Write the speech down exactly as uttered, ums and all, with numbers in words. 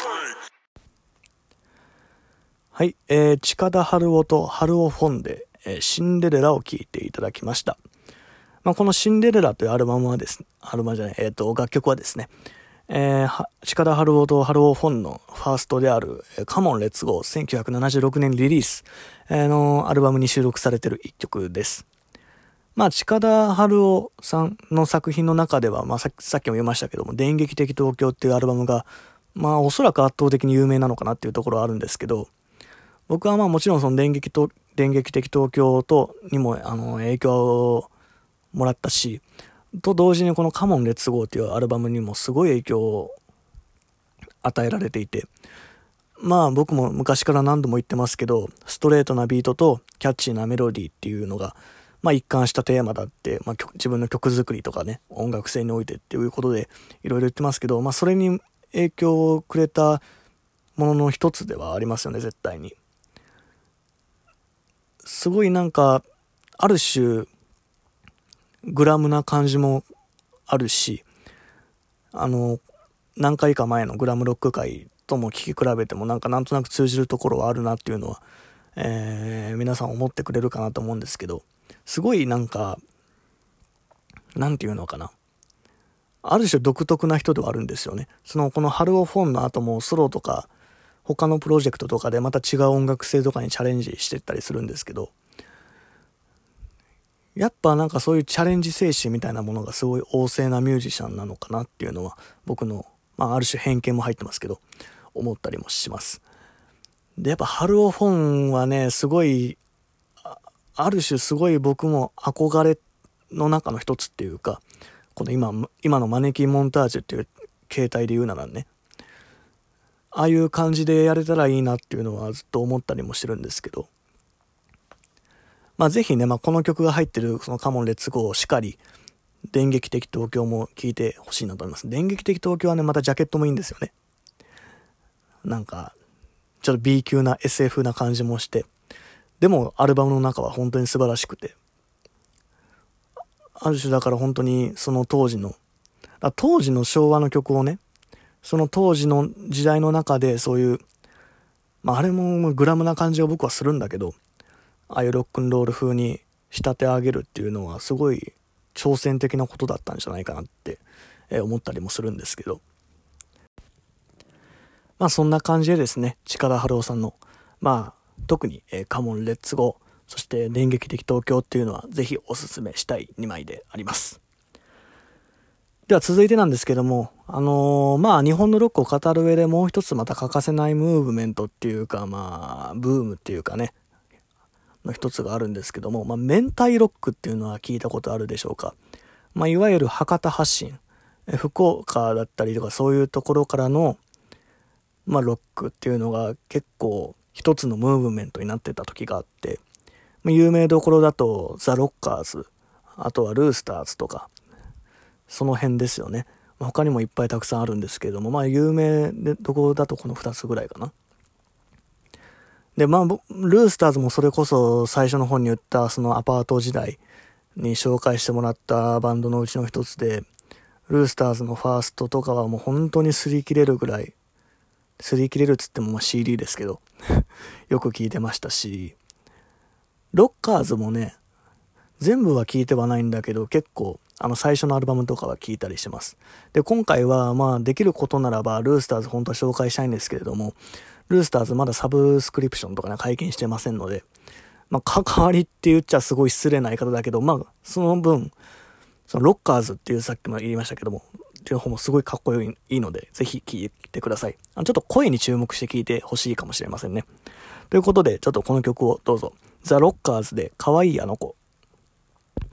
はい、えー、近田春夫と春夫フォンで、えー、シンデレラを聴いていただきました。まあ、このシンデレラというアルバムはですね、アルバムじゃない、えっと、楽曲はですね、えー、近田春夫と春夫フォンのファーストである、えー、カモンレッツゴーせんきゅうひゃくななじゅうろくねんリリース、えー、のアルバムに収録されている一曲です。まあ、近田春夫さんの作品の中では、まあさ、さっきも言いましたけども、電撃的東京っていうアルバムが、まあ、おそらく圧倒的に有名なのかなっていうところはあるんですけど、僕はまあもちろんその電撃と、電撃的東京とにもあの影響をもらったし、と同時にこのカモンレッツゴーっていうアルバムにもすごい影響を与えられていて、まあ僕も昔から何度も言ってますけど、ストレートなビートとキャッチーなメロディーっていうのが、まあ一貫したテーマだって、まあ自分の曲作りとかね、音楽性においてっていうことでいろいろ言ってますけど、まあそれに影響をくれたものの一つではありますよね、絶対に。すごいなんか、ある種、グラムな感じもあるし、あの、何回か前のグラムロック会とも聴き比べてもなんかなんとなく通じるところはあるなっていうのは、えー、皆さん思ってくれるかなと思うんですけど、すごいなんか、なんていうのかな。ある種独特な人ではあるんですよね。その、この春尾フォンの後もソロとか、他のプロジェクトとかでまた違う音楽性とかにチャレンジしてったりするんですけど、やっぱなんかそういうチャレンジ精神みたいなものがすごい旺盛なミュージシャンなのかなっていうのは僕の、まあある種偏見も入ってますけど、思ったりもします。で、やっぱ春尾フォンはね、すごい、あ、ある種すごい僕も憧れの中の一つっていうか、この今、今のマネキンモンタージュっていう形態で言うならね、ああいう感じでやれたらいいなっていうのはずっと思ったりもしてるんですけど、まあぜひね、まあこの曲が入ってるそのカモンレッツゴーをしかり、電撃的東京も聴いてほしいなと思います。電撃的東京はね、またジャケットもいいんですよね。なんか、ちょっと B 級な エスエフ な感じもして、でもアルバムの中は本当に素晴らしくて、ある種だから本当にその当時の、当時の昭和の曲をね、その当時の時代の中でそういう、まああれもグラムな感じが僕はするんだけど、ああいうロックンロール風に仕立て上げるっていうのはすごい挑戦的なことだったんじゃないかなって思ったりもするんですけど、まあそんな感じでですね、近田春夫さんのまあ特に、えー、カモンレッツゴー、そして電撃的東京っていうのはぜひおすすめしたいにまいであります。では続いてなんですけども、あのー、まあ日本のロックを語る上でもう一つまた欠かせないムーブメントっていうか、まあブームっていうかね、の一つがあるんですけども、まあ明太ロックっていうのは聞いたことあるでしょうか。まあいわゆる博多発信、福岡だったりとかそういうところからのまあロックっていうのが結構一つのムーブメントになってた時があって、まあ、有名どころだとザ・ロッカーズ、あとはルースターズとか、その辺ですよね。まあ、他にもいっぱいたくさんあるんですけれども、まあ有名でどこだとこのふたつぐらいかな。で、まあ、ルースターズもそれこそ最初の方に言ったそのアパート時代に紹介してもらったバンドのうちの一つで、ルースターズのファーストとかはもう本当に擦り切れるぐらい、擦り切れるっつってもまあ シーディー ですけど、よく聞いてましたし、ロッカーズもね、全部は聞いてはないんだけど、結構あの最初のアルバムとかは聞いたりしてます。で、今回はまあできることならばルースターズ本当は紹介したいんですけれども、ルースターズまだサブスクリプションとかね解禁してませんので、まあ関わりって言っちゃすごい失礼な言い方だけど、まあその分そのロッカーズっていうさっきも言いましたけどもっていう方もすごいかっこよいいいので、ぜひ聞いてください。あのちょっと声に注目して聞いてほしいかもしれませんね。ということでちょっとこの曲をどうぞ。ザ・ロッカーズで可愛いあの子。